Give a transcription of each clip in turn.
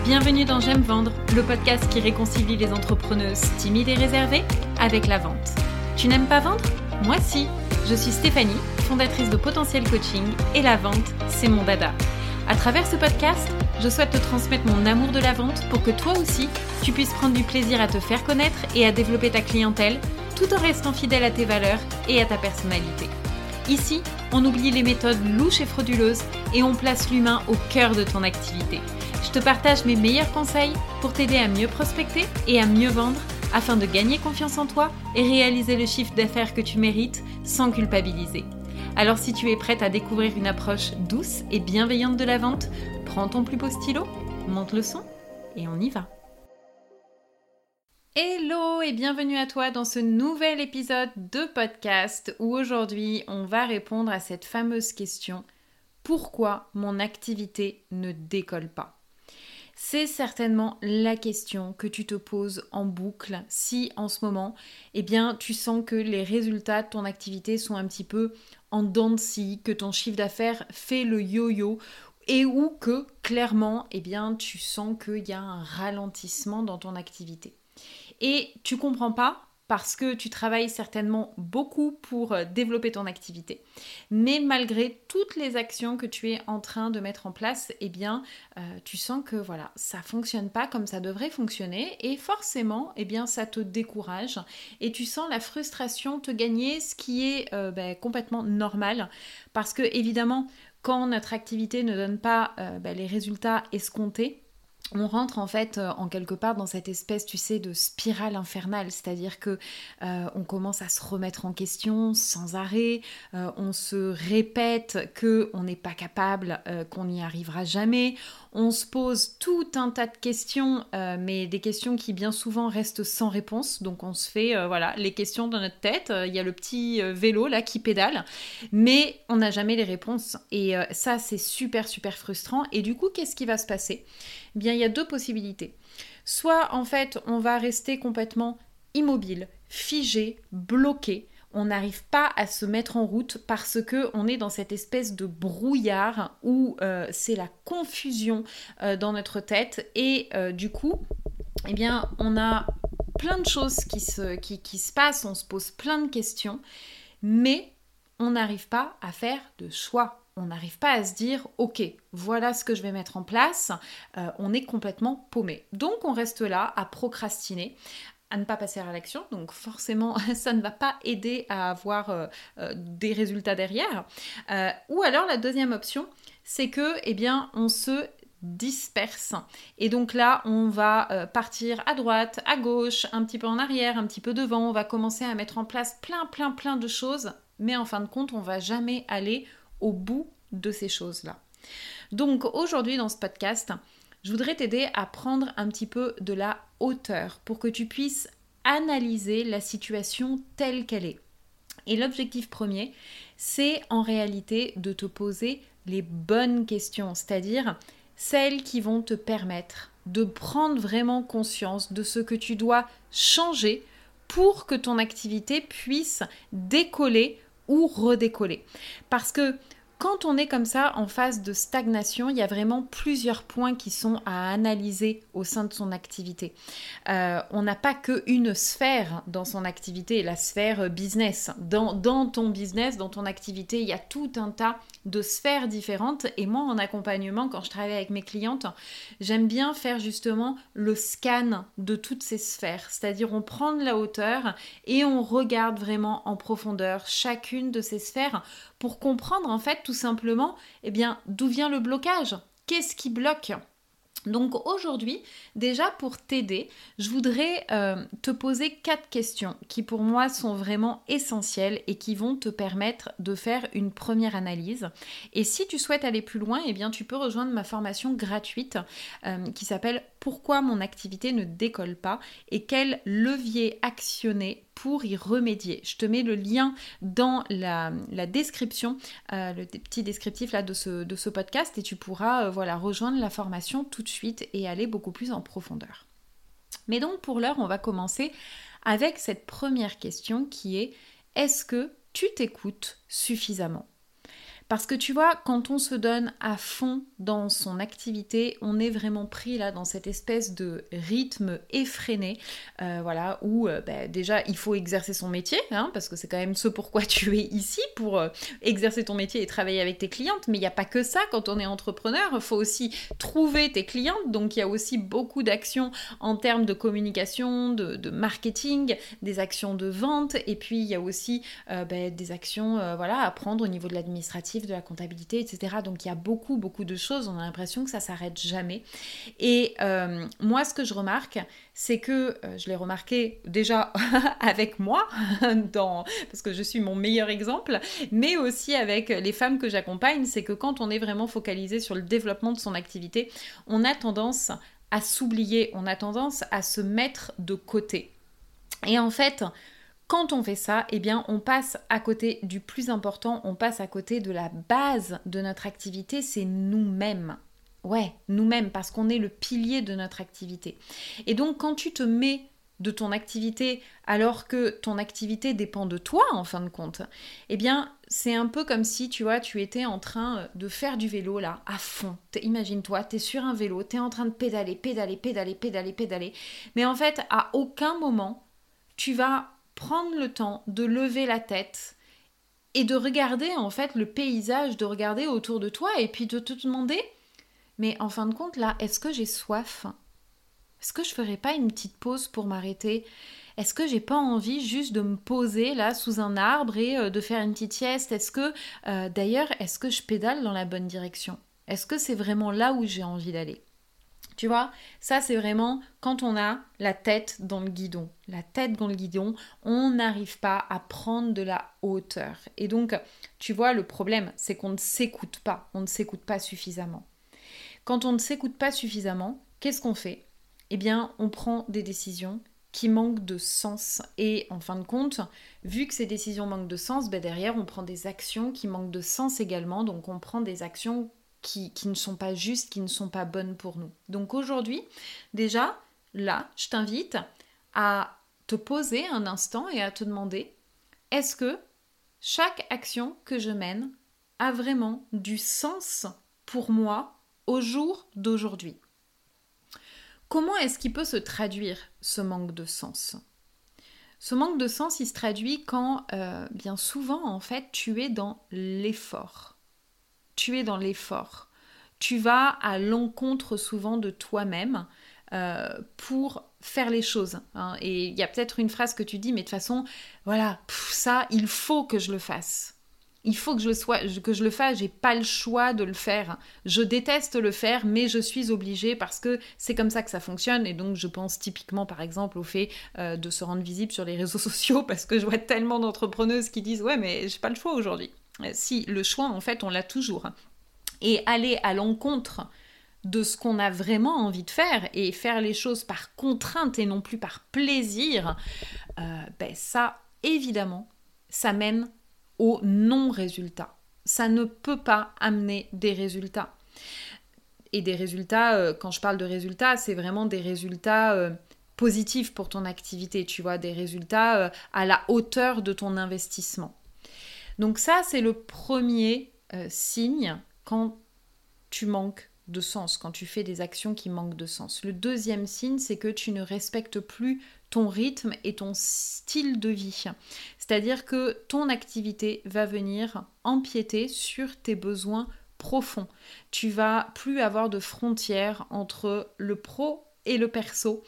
Bienvenue dans J'aime vendre, le podcast qui réconcilie les entrepreneuses timides et réservées avec la vente. Tu n'aimes pas vendre ? Moi si. Je suis Stéphanie, fondatrice de Potentiel Coaching et la vente, c'est mon dada. À travers ce podcast, je souhaite te transmettre mon amour de la vente pour que toi aussi, tu puisses prendre du plaisir à te faire connaître et à développer ta clientèle tout en restant fidèle à tes valeurs et à ta personnalité. Ici, on oublie les méthodes louches et frauduleuses et on place l'humain au cœur de ton activité. Je te partage mes meilleurs conseils pour t'aider à mieux prospecter et à mieux vendre afin de gagner confiance en toi et réaliser le chiffre d'affaires que tu mérites sans culpabiliser. Alors si tu es prête à découvrir une approche douce et bienveillante de la vente, prends ton plus beau stylo, monte le son et on y va. Hello et bienvenue à toi dans ce nouvel épisode de podcast où aujourd'hui on va répondre à cette fameuse question « Pourquoi mon activité ne décolle pas ?» C'est certainement la question que tu te poses en boucle si en ce moment, tu sens que les résultats de ton activité sont un petit peu en dents de scie, que ton chiffre d'affaires fait le yo-yo et ou que clairement, tu sens qu'il y a un ralentissement dans ton activité. Et tu comprends pas parce que tu travailles certainement beaucoup pour développer ton activité. Mais malgré toutes les actions que tu es en train de mettre en place, tu sens que ça fonctionne pas comme ça devrait fonctionner et forcément, ça te décourage et tu sens la frustration te gagner, ce qui est complètement normal parce que évidemment, quand notre activité ne donne pas les résultats escomptés, on rentre en quelque part dans cette espèce, de spirale infernale, c'est-à-dire que on commence à se remettre en question sans arrêt, on se répète qu'on n'est pas capable, qu'on n'y arrivera jamais, on se pose tout un tas de questions, mais des questions qui bien souvent restent sans réponse, donc on se fait les questions dans notre tête, il y a le petit vélo là qui pédale, mais on n'a jamais les réponses et ça c'est super super frustrant et du coup qu'est-ce qui va se passer ? Il y a deux possibilités. Soit, on va rester complètement immobile, figé, bloqué. On n'arrive pas à se mettre en route parce qu'on est dans cette espèce de brouillard où c'est la confusion dans notre tête. Et du coup, on a plein de choses qui se passent, on se pose plein de questions, mais on n'arrive pas à faire de choix. On n'arrive pas à se dire « Ok, voilà ce que je vais mettre en place », on est complètement paumé. Donc on reste là à procrastiner, à ne pas passer à l'action, donc forcément ça ne va pas aider à avoir des résultats derrière. Ou alors la deuxième option, c'est que on se disperse. Et donc là, on va partir à droite, à gauche, un petit peu en arrière, un petit peu devant, on va commencer à mettre en place plein de choses, mais en fin de compte, on va jamais aller au bout de ces choses-là. Donc aujourd'hui dans ce podcast, je voudrais t'aider à prendre un petit peu de la hauteur pour que tu puisses analyser la situation telle qu'elle est. Et l'objectif premier, c'est en réalité de te poser les bonnes questions, c'est-à-dire celles qui vont te permettre de prendre vraiment conscience de ce que tu dois changer pour que ton activité puisse décoller ou redécoller. Parce que quand on est comme ça en phase de stagnation, il y a vraiment plusieurs points qui sont à analyser au sein de son activité. On n'a pas qu'une sphère dans son activité, la sphère business. Dans ton business, dans ton activité, il y a tout un tas de sphères différentes. Et moi, en accompagnement, quand je travaille avec mes clientes, j'aime bien faire justement le scan de toutes ces sphères. C'est-à-dire, on prend de la hauteur et on regarde vraiment en profondeur chacune de ces sphères pour comprendre en fait tout simplement d'où vient le blocage, qu'est-ce qui bloque. Donc aujourd'hui, déjà pour t'aider, je voudrais te poser 4 questions qui pour moi sont vraiment essentielles et qui vont te permettre de faire une première analyse. Et si tu souhaites aller plus loin, tu peux rejoindre ma formation gratuite qui s'appelle « Pourquoi mon activité ne décolle pas ?» et quel levier actionner pour y remédier. Je te mets le lien dans la description, le petit descriptif là de ce podcast et tu pourras rejoindre la formation tout de suite et aller beaucoup plus en profondeur. Mais donc pour l'heure, on va commencer avec cette première question qui est: est-ce que tu t'écoutes suffisamment ? Parce que tu vois, quand on se donne à fond dans son activité, on est vraiment pris là dans cette espèce de rythme effréné, où déjà il faut exercer son métier, parce que c'est quand même ce pourquoi tu es ici, pour exercer ton métier et travailler avec tes clientes, mais il n'y a pas que ça quand on est entrepreneur, il faut aussi trouver tes clientes, donc il y a aussi beaucoup d'actions en termes de communication, de marketing, des actions de vente, et puis il y a aussi des actions à prendre au niveau de l'administratif, de la comptabilité, etc. Donc il y a beaucoup de choses, on a l'impression que ça s'arrête jamais. Et moi, ce que je remarque, c'est que je l'ai remarqué déjà avec moi, parce que je suis mon meilleur exemple, mais aussi avec les femmes que j'accompagne, c'est que quand on est vraiment focalisé sur le développement de son activité, on a tendance à s'oublier, on a tendance à se mettre de côté. Et en fait, quand on fait ça, eh bien, on passe à côté du plus important, on passe à côté de la base de notre activité, c'est nous-mêmes. Ouais, nous-mêmes, parce qu'on est le pilier de notre activité. Et donc, quand tu te mets de ton activité alors que ton activité dépend de toi, en fin de compte, eh bien, c'est un peu comme si, tu vois, tu étais en train de faire du vélo, là, à fond. Imagine-toi, t'es sur un vélo, t'es en train de pédaler. Mais en fait, à aucun moment, tu vas prendre le temps de lever la tête et de regarder en fait le paysage, de regarder autour de toi et puis de te demander, mais en fin de compte là, est-ce que j'ai soif ? Est-ce que je ferais pas une petite pause pour m'arrêter ? Est-ce que j'ai pas envie juste de me poser là sous un arbre et de faire une petite sieste ? Est-ce que je pédale dans la bonne direction ? Est-ce que c'est vraiment là où j'ai envie d'aller ? Tu vois, ça c'est vraiment quand on a la tête dans le guidon. La tête dans le guidon, on n'arrive pas à prendre de la hauteur. Et donc, tu vois, le problème, c'est qu'on ne s'écoute pas. On ne s'écoute pas suffisamment. Quand on ne s'écoute pas suffisamment, qu'est-ce qu'on fait ? Eh bien, on prend des décisions qui manquent de sens. Et en fin de compte, vu que ces décisions manquent de sens, derrière, on prend des actions qui manquent de sens également. Donc, on prend des actions qui ne sont pas justes, qui ne sont pas bonnes pour nous. Donc aujourd'hui, déjà, là, je t'invite à te poser un instant et à te demander, est-ce que chaque action que je mène a vraiment du sens pour moi au jour d'aujourd'hui ? Comment est-ce qu'il peut se traduire ce manque de sens ? Ce manque de sens, il se traduit quand, bien souvent, en fait, tu es dans l'effort. Tu es dans l'effort. Tu vas à l'encontre souvent de toi-même pour faire les choses. Et il y a peut-être une phrase que tu dis, mais de toute façon, ça, il faut que je le fasse. Il faut que je le fasse, j'ai pas le choix de le faire. Je déteste le faire, mais je suis obligée parce que c'est comme ça que ça fonctionne. Et donc, je pense typiquement, par exemple, au fait de se rendre visible sur les réseaux sociaux parce que je vois tellement d'entrepreneuses qui disent « Ouais, mais j'ai pas le choix aujourd'hui. » Si, le choix, en fait, on l'a toujours. Et aller à l'encontre de ce qu'on a vraiment envie de faire et faire les choses par contrainte et non plus par plaisir, ça, évidemment, ça mène au non-résultat. Ça ne peut pas amener des résultats. Et des résultats, quand je parle de résultats, c'est vraiment des résultats positifs pour ton activité, tu vois, des résultats à la hauteur de ton investissement. Donc ça, c'est le premier signe quand tu manques de sens, quand tu fais des actions qui manquent de sens. Le deuxième signe, c'est que tu ne respectes plus ton rythme et ton style de vie. C'est-à-dire que ton activité va venir empiéter sur tes besoins profonds. Tu vas plus avoir de frontières entre le pro et le perso.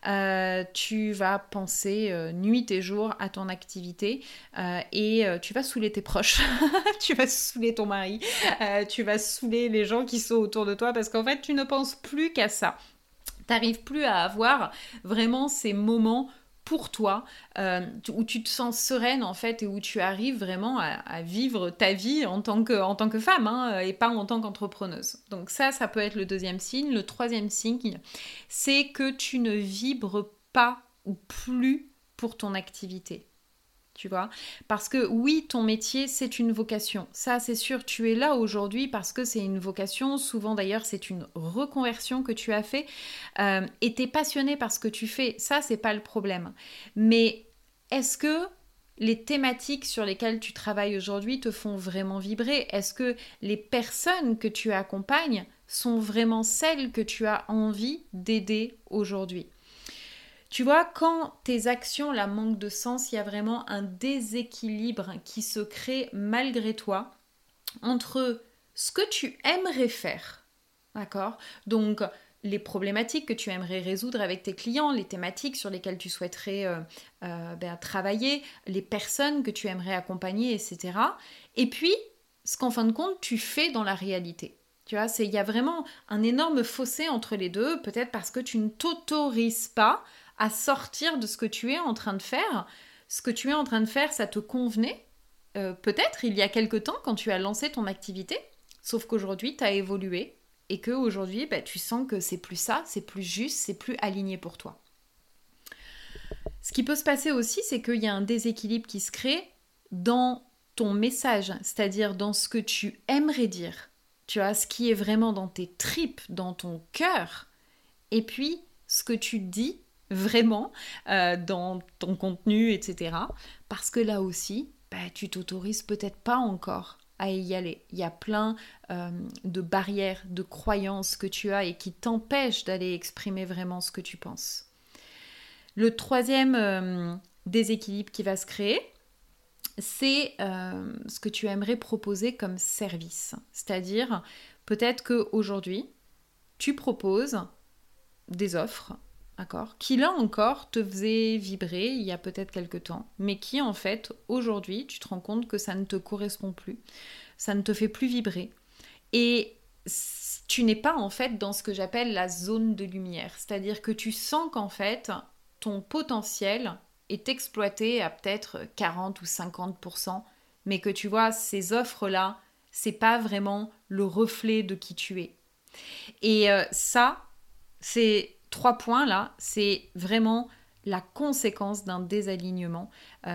Tu vas penser nuit et jour à ton activité et tu vas saouler tes proches, tu vas saouler ton mari, tu vas saouler les gens qui sont autour de toi parce qu'en fait tu ne penses plus qu'à ça. T'arrives plus à avoir vraiment ces moments pour toi, où tu te sens sereine en fait et où tu arrives vraiment à vivre ta vie en tant que femme et pas en tant qu'entrepreneuse. Donc ça peut être le deuxième signe. Le troisième signe, c'est que tu ne vibres pas ou plus pour ton activité. Tu vois, parce que oui, ton métier, c'est une vocation. Ça, c'est sûr, tu es là aujourd'hui parce que c'est une vocation. Souvent, d'ailleurs, c'est une reconversion que tu as fait et tu es passionné par ce que tu fais. Ça, c'est pas le problème. Mais est-ce que les thématiques sur lesquelles tu travailles aujourd'hui te font vraiment vibrer? Est-ce que les personnes que tu accompagnes sont vraiment celles que tu as envie d'aider aujourd'hui? Tu vois, quand tes actions là manquent de sens, il y a vraiment un déséquilibre qui se crée malgré toi entre ce que tu aimerais faire, d'accord? Donc, les problématiques que tu aimerais résoudre avec tes clients, les thématiques sur lesquelles tu souhaiterais travailler, les personnes que tu aimerais accompagner, etc. Et puis, ce qu'en fin de compte, tu fais dans la réalité. Tu vois, il y a vraiment un énorme fossé entre les deux, peut-être parce que tu ne t'autorises pas à sortir de ce que tu es en train de faire. Ce que tu es en train de faire, ça te convenait peut-être il y a quelque temps quand tu as lancé ton activité, sauf qu'aujourd'hui, tu as évolué et qu'aujourd'hui, tu sens que c'est plus ça, c'est plus juste, c'est plus aligné pour toi. Ce qui peut se passer aussi, c'est qu'il y a un déséquilibre qui se crée dans ton message, c'est-à-dire dans ce que tu aimerais dire. Tu vois, ce qui est vraiment dans tes tripes, dans ton cœur, et puis ce que tu dis vraiment dans ton contenu, etc. Parce que là aussi, tu t'autorises peut-être pas encore à y aller. Il y a plein de barrières, de croyances que tu as et qui t'empêchent d'aller exprimer vraiment ce que tu penses. Le troisième déséquilibre qui va se créer, c'est ce que tu aimerais proposer comme service. C'est-à-dire, peut-être qu'aujourd'hui, tu proposes des offres, d'accord, qui là encore te faisaient vibrer il y a peut-être quelque temps, mais qui en fait, aujourd'hui, tu te rends compte que ça ne te correspond plus, ça ne te fait plus vibrer. Et tu n'es pas en fait dans ce que j'appelle la zone de lumière, c'est-à-dire que tu sens qu'en fait, ton potentiel est exploité à peut-être 40 ou 50%, mais que tu vois, ces offres-là, c'est pas vraiment le reflet de qui tu es. Et ça, ces 3 points-là, c'est vraiment la conséquence d'un désalignement.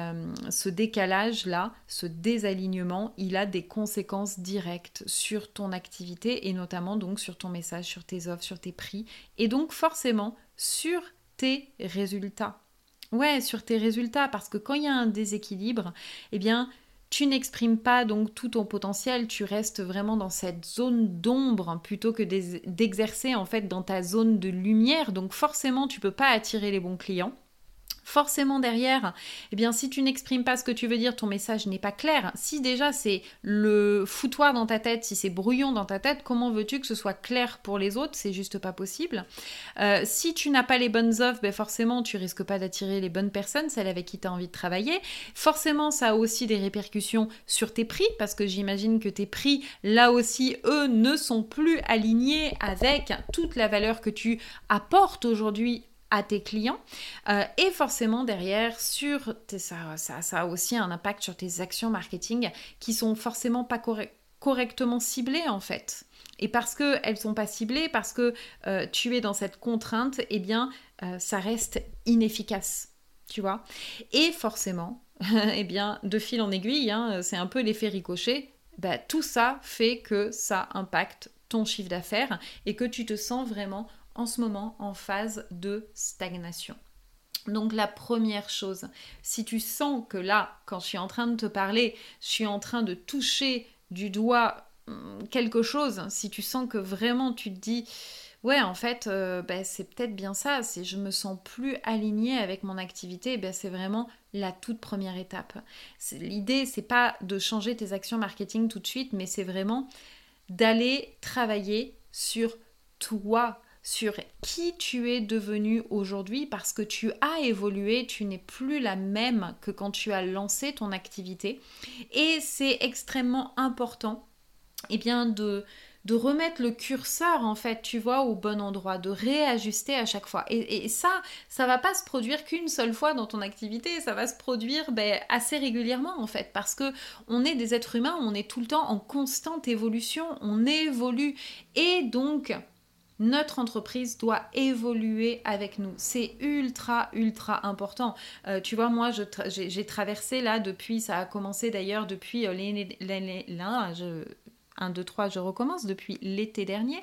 Ce décalage-là, ce désalignement, il a des conséquences directes sur ton activité et notamment donc sur ton message, sur tes offres, sur tes prix et donc forcément sur tes résultats. Ouais, sur tes résultats, parce que quand il y a un déséquilibre, eh bien, tu n'exprimes pas donc tout ton potentiel, tu restes vraiment dans cette zone d'ombre plutôt que d'exercer en fait dans ta zone de lumière. Donc forcément, tu peux pas attirer les bons clients. Forcément derrière, eh bien si tu n'exprimes pas ce que tu veux dire, ton message n'est pas clair. Si déjà c'est le foutoir dans ta tête, si c'est brouillon dans ta tête, comment veux-tu que ce soit clair pour les autres? C'est juste pas possible. Si tu n'as pas les bonnes offres, forcément tu risques pas d'attirer les bonnes personnes, celles avec qui tu as envie de travailler. Forcément ça a aussi des répercussions sur tes prix, parce que j'imagine que tes prix, là aussi, eux, ne sont plus alignés avec toute la valeur que tu apportes aujourd'hui à tes clients et forcément derrière ça a aussi un impact sur tes actions marketing qui sont forcément pas correctement ciblées en fait. Et parce qu'elles ne sont pas ciblées, parce que tu es dans cette contrainte, eh bien ça reste inefficace, tu vois. Et forcément, eh bien de fil en aiguille, c'est un peu l'effet ricochet, tout ça fait que ça impacte ton chiffre d'affaires et que tu te sens vraiment en ce moment en phase de stagnation. Donc la première chose, si tu sens que là, quand je suis en train de te parler, je suis en train de toucher du doigt quelque chose, si tu sens que vraiment tu te dis ouais en fait c'est peut-être bien ça, si je me sens plus alignée avec mon activité, c'est vraiment la toute première étape. L'idée c'est pas de changer tes actions marketing tout de suite, mais c'est vraiment d'aller travailler sur toi, sur qui tu es devenu aujourd'hui, parce que tu as évolué, tu n'es plus la même que quand tu as lancé ton activité. Et c'est extrêmement important de remettre le curseur en fait, tu vois, au bon endroit, de réajuster à chaque fois. Et ça va pas se produire qu'une seule fois dans ton activité, ça va se produire assez régulièrement en fait, parce que on est des êtres humains, on est tout le temps en constante évolution, on évolue et donc notre entreprise doit évoluer avec nous. C'est ultra, ultra important. Tu vois, moi, j'ai traversé là depuis, ça a commencé d'ailleurs depuis 1, 2, 3, je recommence depuis l'été dernier.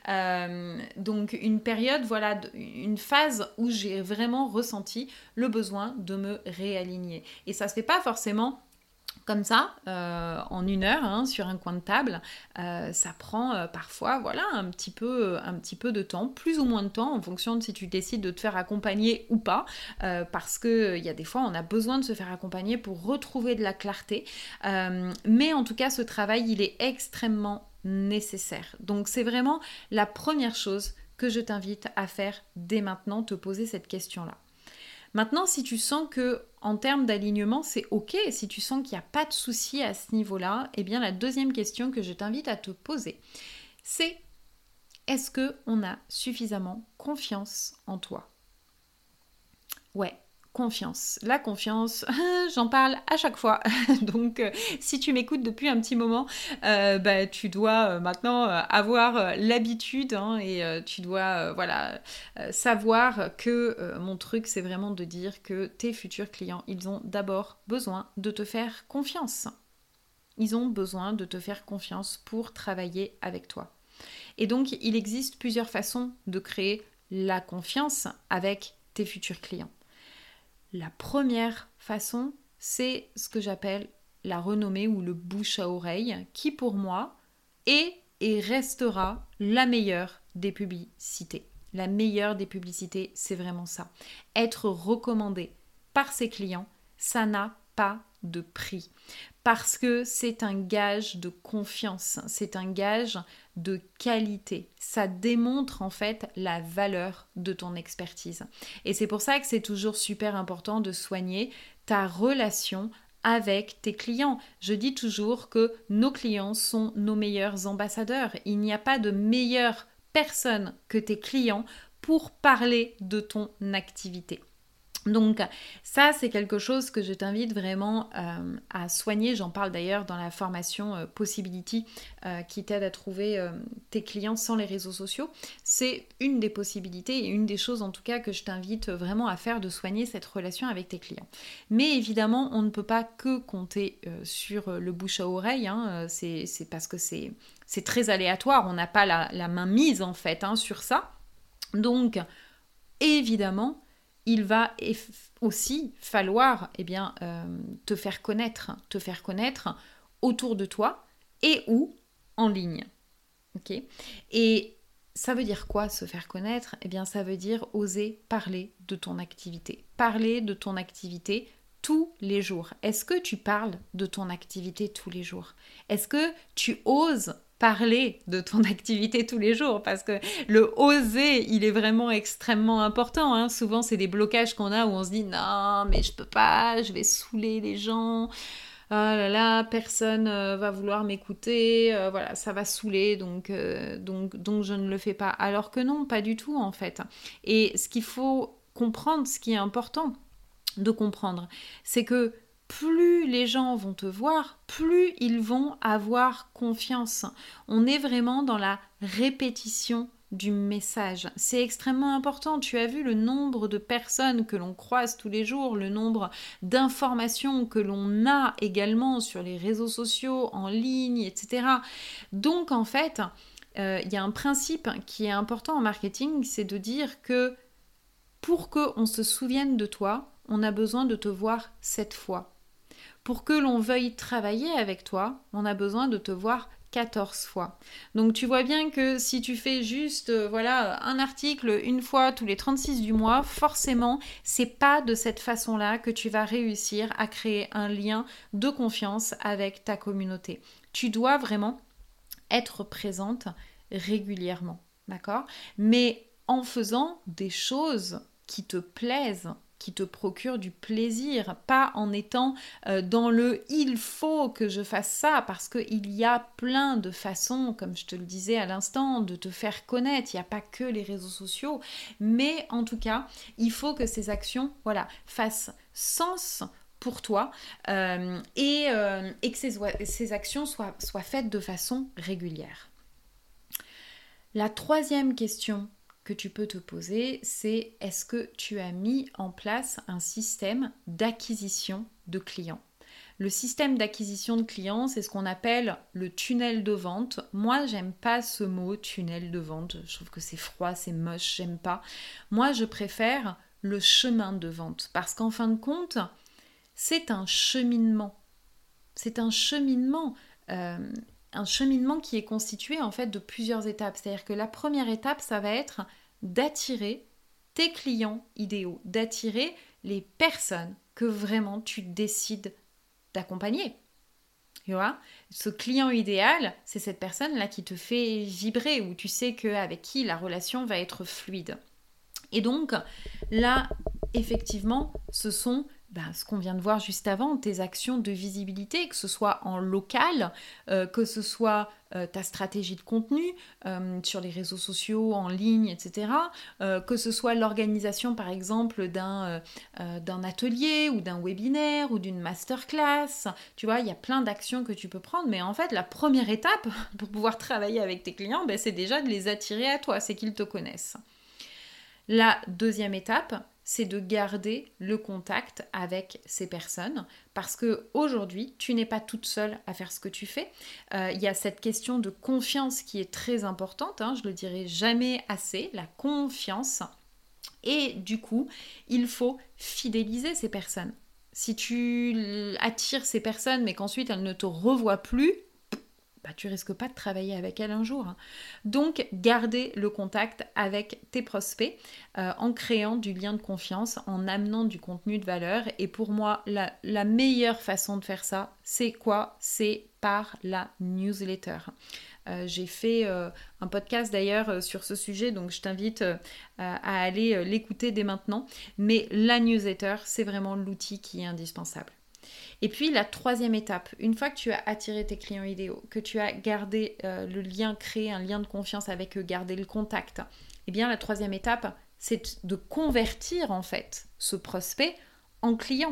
Donc une période, voilà, une phase où j'ai vraiment ressenti le besoin de me réaligner. Et ça se fait pas forcément comme ça, en 1 heure, hein, sur un coin de table. Ça prend parfois, voilà, un petit peu de temps, plus ou moins de temps, en fonction de si tu décides de te faire accompagner ou pas, parce qu'il y a des fois, on a besoin de se faire accompagner pour retrouver de la clarté. Mais en tout cas, ce travail, il est extrêmement nécessaire. Donc, c'est vraiment la première chose que je t'invite à faire dès maintenant, te poser cette question-là. Maintenant, si tu sens que en termes d'alignement, c'est ok, si tu sens qu'il n'y a pas de souci à ce niveau-là, eh bien la deuxième question que je t'invite à te poser, c'est est-ce qu'on a suffisamment confiance en toi ? Ouais, confiance. La confiance, j'en parle à chaque fois. Donc, si tu m'écoutes depuis un petit moment, tu dois maintenant avoir l'habitude et tu dois savoir que mon truc, c'est vraiment de dire que tes futurs clients, ils ont d'abord besoin de te faire confiance. Ils ont besoin de te faire confiance pour travailler avec toi. Et donc, il existe plusieurs façons de créer la confiance avec tes futurs clients. La première façon, c'est ce que j'appelle la renommée ou le bouche à oreille, qui pour moi est et restera la meilleure des publicités. La meilleure des publicités, c'est vraiment ça. Être recommandé par ses clients, ça n'a pas de prix. Parce que c'est un gage de confiance, c'est un gage de qualité. Ça démontre en fait la valeur de ton expertise. Et c'est pour ça que c'est toujours super important de soigner ta relation avec tes clients. Je dis toujours que nos clients sont nos meilleurs ambassadeurs. Il n'y a pas de meilleure personne que tes clients pour parler de ton activité. Donc ça, c'est quelque chose que je t'invite vraiment à soigner. J'en parle d'ailleurs dans la formation Possibility qui t'aide à trouver tes clients sans les réseaux sociaux. C'est une des possibilités et une des choses en tout cas que je t'invite vraiment à faire, de soigner cette relation avec tes clients. Mais évidemment, on ne peut pas que compter sur le bouche à oreille. C'est parce que c'est très aléatoire. On n'a pas la main mise en fait sur ça. Donc évidemment, il va aussi falloir te faire connaître autour de toi et ou en ligne. Okay. Et ça veut dire quoi, se faire connaître ? Eh bien, ça veut dire oser parler de ton activité. Parler de ton activité tous les jours. Est-ce que tu parles de ton activité tous les jours ? Est-ce que tu oses parler de ton activité tous les jours, parce que le oser, il est vraiment extrêmement important. Souvent, c'est des blocages qu'on a où on se dit « Non, mais je peux pas, je vais saouler les gens. Oh là là, personne va vouloir m'écouter. Voilà, ça va saouler, donc je ne le fais pas. » Alors que non, pas du tout en fait. Et ce qu'il faut comprendre, ce qui est important de comprendre, c'est que plus les gens vont te voir, plus ils vont avoir confiance. On est vraiment dans la répétition du message. C'est extrêmement important. Tu as vu le nombre de personnes que l'on croise tous les jours, le nombre d'informations que l'on a également sur les réseaux sociaux, en ligne, etc. Donc en fait, il y a un principe qui est important en marketing, c'est de dire que pour qu'on se souvienne de toi, on a besoin de te voir 7 fois. Pour que l'on veuille travailler avec toi, on a besoin de te voir 14 fois. Donc tu vois bien que si tu fais juste un article une fois tous les 36 du mois, forcément, c'est pas de cette façon-là que tu vas réussir à créer un lien de confiance avec ta communauté. Tu dois vraiment être présente régulièrement, d'accord ? Mais en faisant des choses qui te plaisent, qui te procurent du plaisir, pas en étant dans le « il faut que je fasse ça » parce qu'il y a plein de façons, comme je te le disais à l'instant, de te faire connaître. Il n'y a pas que les réseaux sociaux, mais en tout cas, il faut que ces actions fassent sens pour toi et que ces actions soient faites de façon régulière. La troisième question que tu peux te poser, c'est est-ce que tu as mis en place un système d'acquisition de clients ? Le système d'acquisition de clients, c'est ce qu'on appelle le tunnel de vente. Moi, j'aime pas ce mot tunnel de vente. Je trouve que c'est froid, c'est moche, j'aime pas. Moi, je préfère le chemin de vente parce qu'en fin de compte, c'est un cheminement. C'est un cheminement qui est constitué en fait de plusieurs étapes. C'est-à-dire que la première étape, ça va être d'attirer tes clients idéaux, d'attirer les personnes que vraiment tu décides d'accompagner. Tu vois, ce client idéal, c'est cette personne-là qui te fait vibrer, où tu sais qu'avec qui la relation va être fluide. Et donc, là, effectivement, ce sont ce qu'on vient de voir juste avant, tes actions de visibilité, que ce soit en local, que ce soit ta stratégie de contenu sur les réseaux sociaux, en ligne, etc. Que ce soit l'organisation, par exemple, d'un atelier ou d'un webinaire ou d'une masterclass. Tu vois, il y a plein d'actions que tu peux prendre, mais en fait, la première étape pour pouvoir travailler avec tes clients, c'est déjà de les attirer à toi, c'est qu'ils te connaissent. La deuxième étape, c'est de garder le contact avec ces personnes parce qu'aujourd'hui, tu n'es pas toute seule à faire ce que tu fais. Il y a cette question de confiance qui est très importante, je ne le dirai jamais assez, la confiance. Et du coup, il faut fidéliser ces personnes. Si tu attires ces personnes mais qu'ensuite elles ne te revoient plus, tu risques pas de travailler avec elle un jour. Donc, gardez le contact avec tes prospects en créant du lien de confiance, en amenant du contenu de valeur. Et pour moi, la meilleure façon de faire ça, c'est quoi ? C'est par la newsletter. J'ai fait un podcast d'ailleurs sur ce sujet, donc je t'invite à aller l'écouter dès maintenant. Mais la newsletter, c'est vraiment l'outil qui est indispensable. Et puis la troisième étape, une fois que tu as attiré tes clients idéaux, que tu as gardé le lien, créé un lien de confiance avec eux, gardé le contact, eh bien la troisième étape, c'est de convertir en fait ce prospect en client.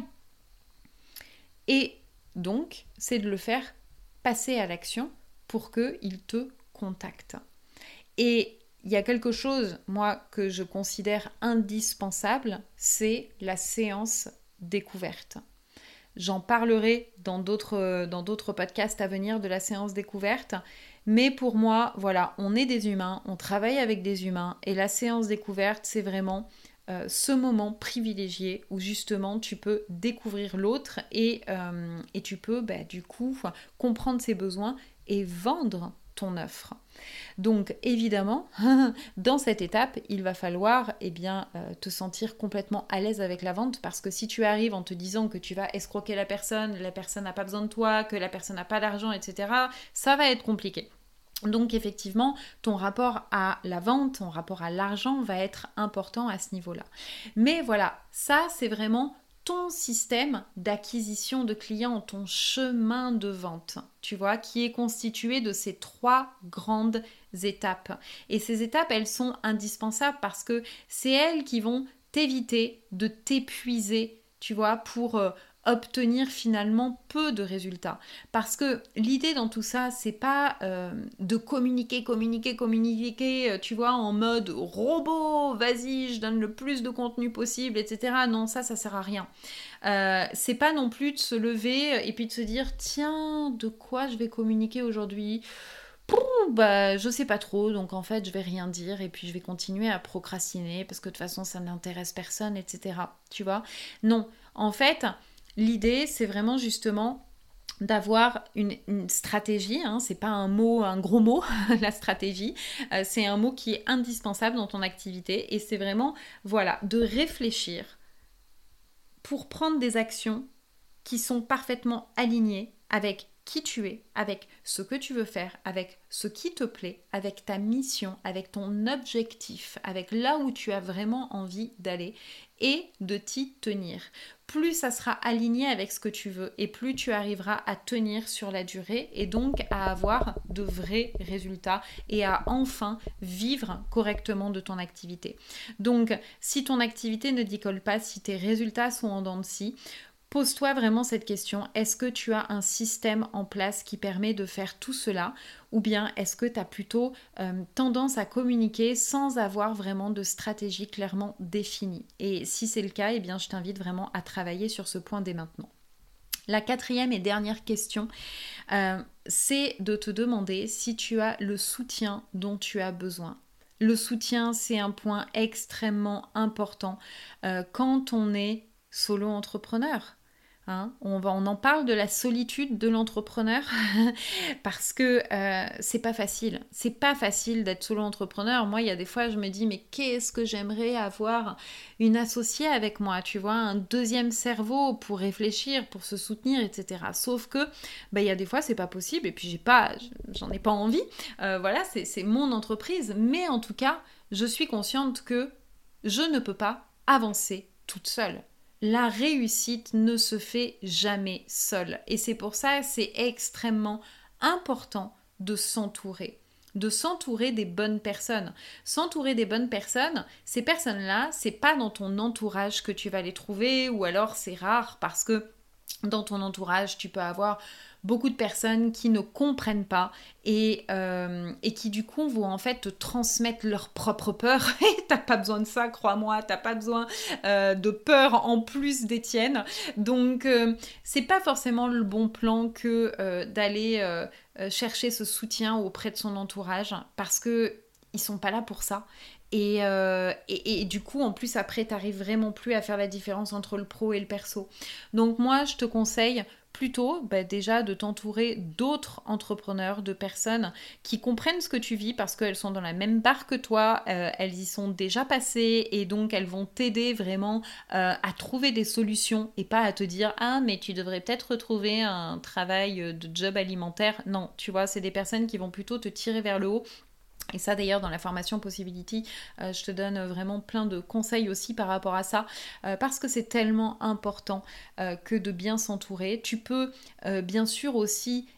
Et donc, c'est de le faire passer à l'action pour qu'il te contacte. Et il y a quelque chose, moi, que je considère indispensable, c'est la séance découverte. J'en parlerai dans d'autres podcasts à venir de la séance découverte. Mais pour moi, voilà, on est des humains, on travaille avec des humains. Et la séance découverte, c'est vraiment ce moment privilégié où justement tu peux découvrir l'autre et tu peux du coup comprendre ses besoins et vendre ton offre. Donc évidemment, dans cette étape, il va falloir te sentir complètement à l'aise avec la vente parce que si tu arrives en te disant que tu vas escroquer la personne n'a pas besoin de toi, que la personne n'a pas d'argent, etc., ça va être compliqué. Donc effectivement, ton rapport à la vente, ton rapport à l'argent va être important à ce niveau-là. Mais voilà, ça c'est vraiment ton système d'acquisition de clients, ton chemin de vente, tu vois, qui est constitué de ces 3 grandes étapes. Et ces étapes, elles sont indispensables parce que c'est elles qui vont t'éviter de t'épuiser, tu vois, pour obtenir finalement peu de résultats. Parce que l'idée dans tout ça, c'est pas de communiquer, tu vois, en mode robot, vas-y, je donne le plus de contenu possible, etc. Non, ça sert à rien. C'est pas non plus de se lever et puis de se dire, tiens, de quoi je vais communiquer aujourd'hui ? Je sais pas trop, donc en fait je vais rien dire et puis je vais continuer à procrastiner parce que de toute façon ça n'intéresse personne, etc. Tu vois ? Non, en fait, l'idée, c'est vraiment justement d'avoir une stratégie, c'est pas un gros mot, la stratégie, c'est un mot qui est indispensable dans ton activité et c'est vraiment, de réfléchir pour prendre des actions qui sont parfaitement alignées avec qui tu es, avec ce que tu veux faire, avec ce qui te plaît, avec ta mission, avec ton objectif, avec là où tu as vraiment envie d'aller et de t'y tenir. Plus ça sera aligné avec ce que tu veux et plus tu arriveras à tenir sur la durée et donc à avoir de vrais résultats et à enfin vivre correctement de ton activité. Donc, si ton activité ne décolle pas, si tes résultats sont en dents de scie, pose-toi vraiment cette question, est-ce que tu as un système en place qui permet de faire tout cela ou bien est-ce que tu as plutôt tendance à communiquer sans avoir vraiment de stratégie clairement définie ? Et si c'est le cas, je t'invite vraiment à travailler sur ce point dès maintenant. La quatrième et dernière question, c'est de te demander si tu as le soutien dont tu as besoin. Le soutien, c'est un point extrêmement important quand on est solo entrepreneur. Hein, on en parle de la solitude de l'entrepreneur parce que c'est pas facile. C'est pas facile d'être solo entrepreneur. Moi, il y a des fois, je me dis, mais qu'est-ce que j'aimerais avoir une associée avec moi, tu vois, un deuxième cerveau pour réfléchir, pour se soutenir, etc. Sauf que, il y a des fois, c'est pas possible et puis j'en ai pas envie. Voilà, c'est mon entreprise. Mais en tout cas, je suis consciente que je ne peux pas avancer toute seule. La réussite ne se fait jamais seule. Et c'est pour ça que c'est extrêmement important de s'entourer des bonnes personnes. S'entourer des bonnes personnes, ces personnes-là, c'est pas dans ton entourage que tu vas les trouver, ou alors c'est rare parce que dans ton entourage, tu peux avoir beaucoup de personnes qui ne comprennent pas et qui du coup vont en fait te transmettre leur propre peur. Et t'as pas besoin de ça, crois-moi, t'as pas besoin de peur en plus des tiennes. Donc c'est pas forcément le bon plan que d'aller chercher ce soutien auprès de son entourage parce que ils sont pas là pour ça. Et du coup, en plus, après, t'arrives vraiment plus à faire la différence entre le pro et le perso. Donc moi, je te conseille plutôt déjà de t'entourer d'autres entrepreneurs, de personnes qui comprennent ce que tu vis parce qu'elles sont dans la même barre que toi, elles y sont déjà passées et donc elles vont t'aider vraiment à trouver des solutions et pas à te dire « Ah, mais tu devrais peut-être retrouver un travail de job alimentaire ». Non, tu vois, c'est des personnes qui vont plutôt te tirer vers le haut. Et ça d'ailleurs dans la formation Possibility, je te donne vraiment plein de conseils aussi par rapport à ça, parce que c'est tellement important que de bien s'entourer. Tu peux bien sûr aussi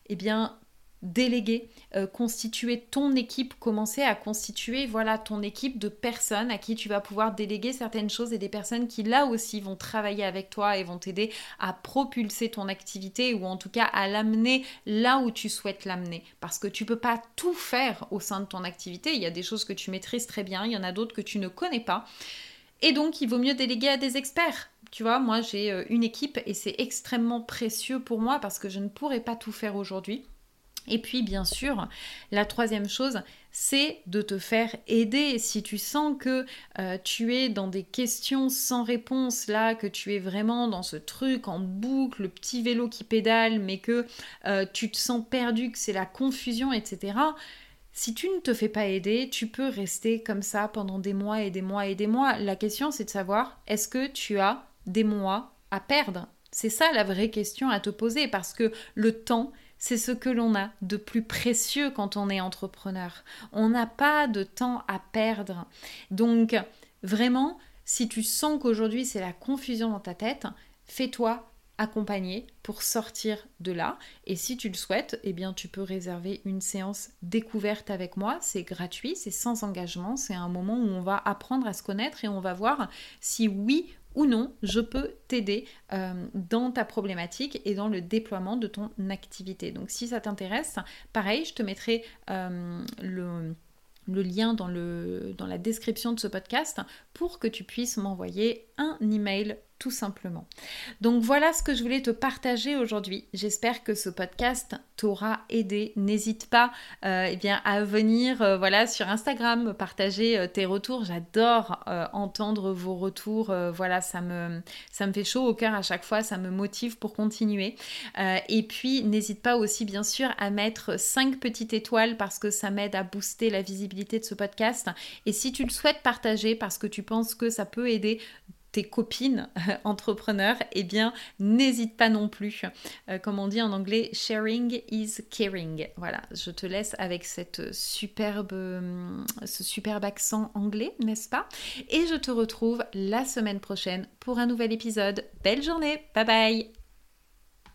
déléguer, constituer ton équipe, commencer à constituer ton équipe de personnes à qui tu vas pouvoir déléguer certaines choses et des personnes qui là aussi vont travailler avec toi et vont t'aider à propulser ton activité ou en tout cas à l'amener là où tu souhaites l'amener. Parce que tu peux pas tout faire au sein de ton activité, il y a des choses que tu maîtrises très bien, il y en a d'autres que tu ne connais pas. Et donc, il vaut mieux déléguer à des experts. Tu vois, moi j'ai une équipe et c'est extrêmement précieux pour moi parce que je ne pourrais pas tout faire aujourd'hui. Et puis, bien sûr, la troisième chose, c'est de te faire aider. Si tu sens que tu es dans des questions sans réponse, là, que tu es vraiment dans ce truc en boucle, le petit vélo qui pédale, mais que tu te sens perdu, que c'est la confusion, etc., si tu ne te fais pas aider, tu peux rester comme ça pendant des mois et des mois et des mois. La question, c'est de savoir, est-ce que tu as des mois à perdre ? C'est ça la vraie question à te poser, parce que le temps, c'est ce que l'on a de plus précieux quand on est entrepreneur. On n'a pas de temps à perdre. Donc, vraiment, si tu sens qu'aujourd'hui c'est la confusion dans ta tête, fais-toi accompagner pour sortir de là. Et si tu le souhaites, eh bien, tu peux réserver une séance découverte avec moi. C'est gratuit, c'est sans engagement. C'est un moment où on va apprendre à se connaître et on va voir si oui ou non, je peux t'aider dans ta problématique et dans le déploiement de ton activité. Donc si ça t'intéresse, pareil, je te mettrai le lien dans la description de ce podcast pour que tu puisses m'envoyer un email tout simplement. Donc voilà ce que je voulais te partager aujourd'hui. J'espère que ce podcast t'aura aidé. N'hésite pas à venir sur Instagram me partager tes retours. J'adore entendre vos retours. Ça me fait chaud au cœur à chaque fois. Ça me motive pour continuer. Et puis n'hésite pas aussi bien sûr à mettre 5 petites étoiles parce que ça m'aide à booster la visibilité de ce podcast. Et si tu le souhaites partager parce que tu penses que ça peut aider tes copines entrepreneurs, eh bien, n'hésite pas non plus. Comme on dit en anglais, sharing is caring. Voilà, je te laisse avec ce superbe accent anglais, n'est-ce pas ? Et je te retrouve la semaine prochaine pour un nouvel épisode. Belle journée, bye bye !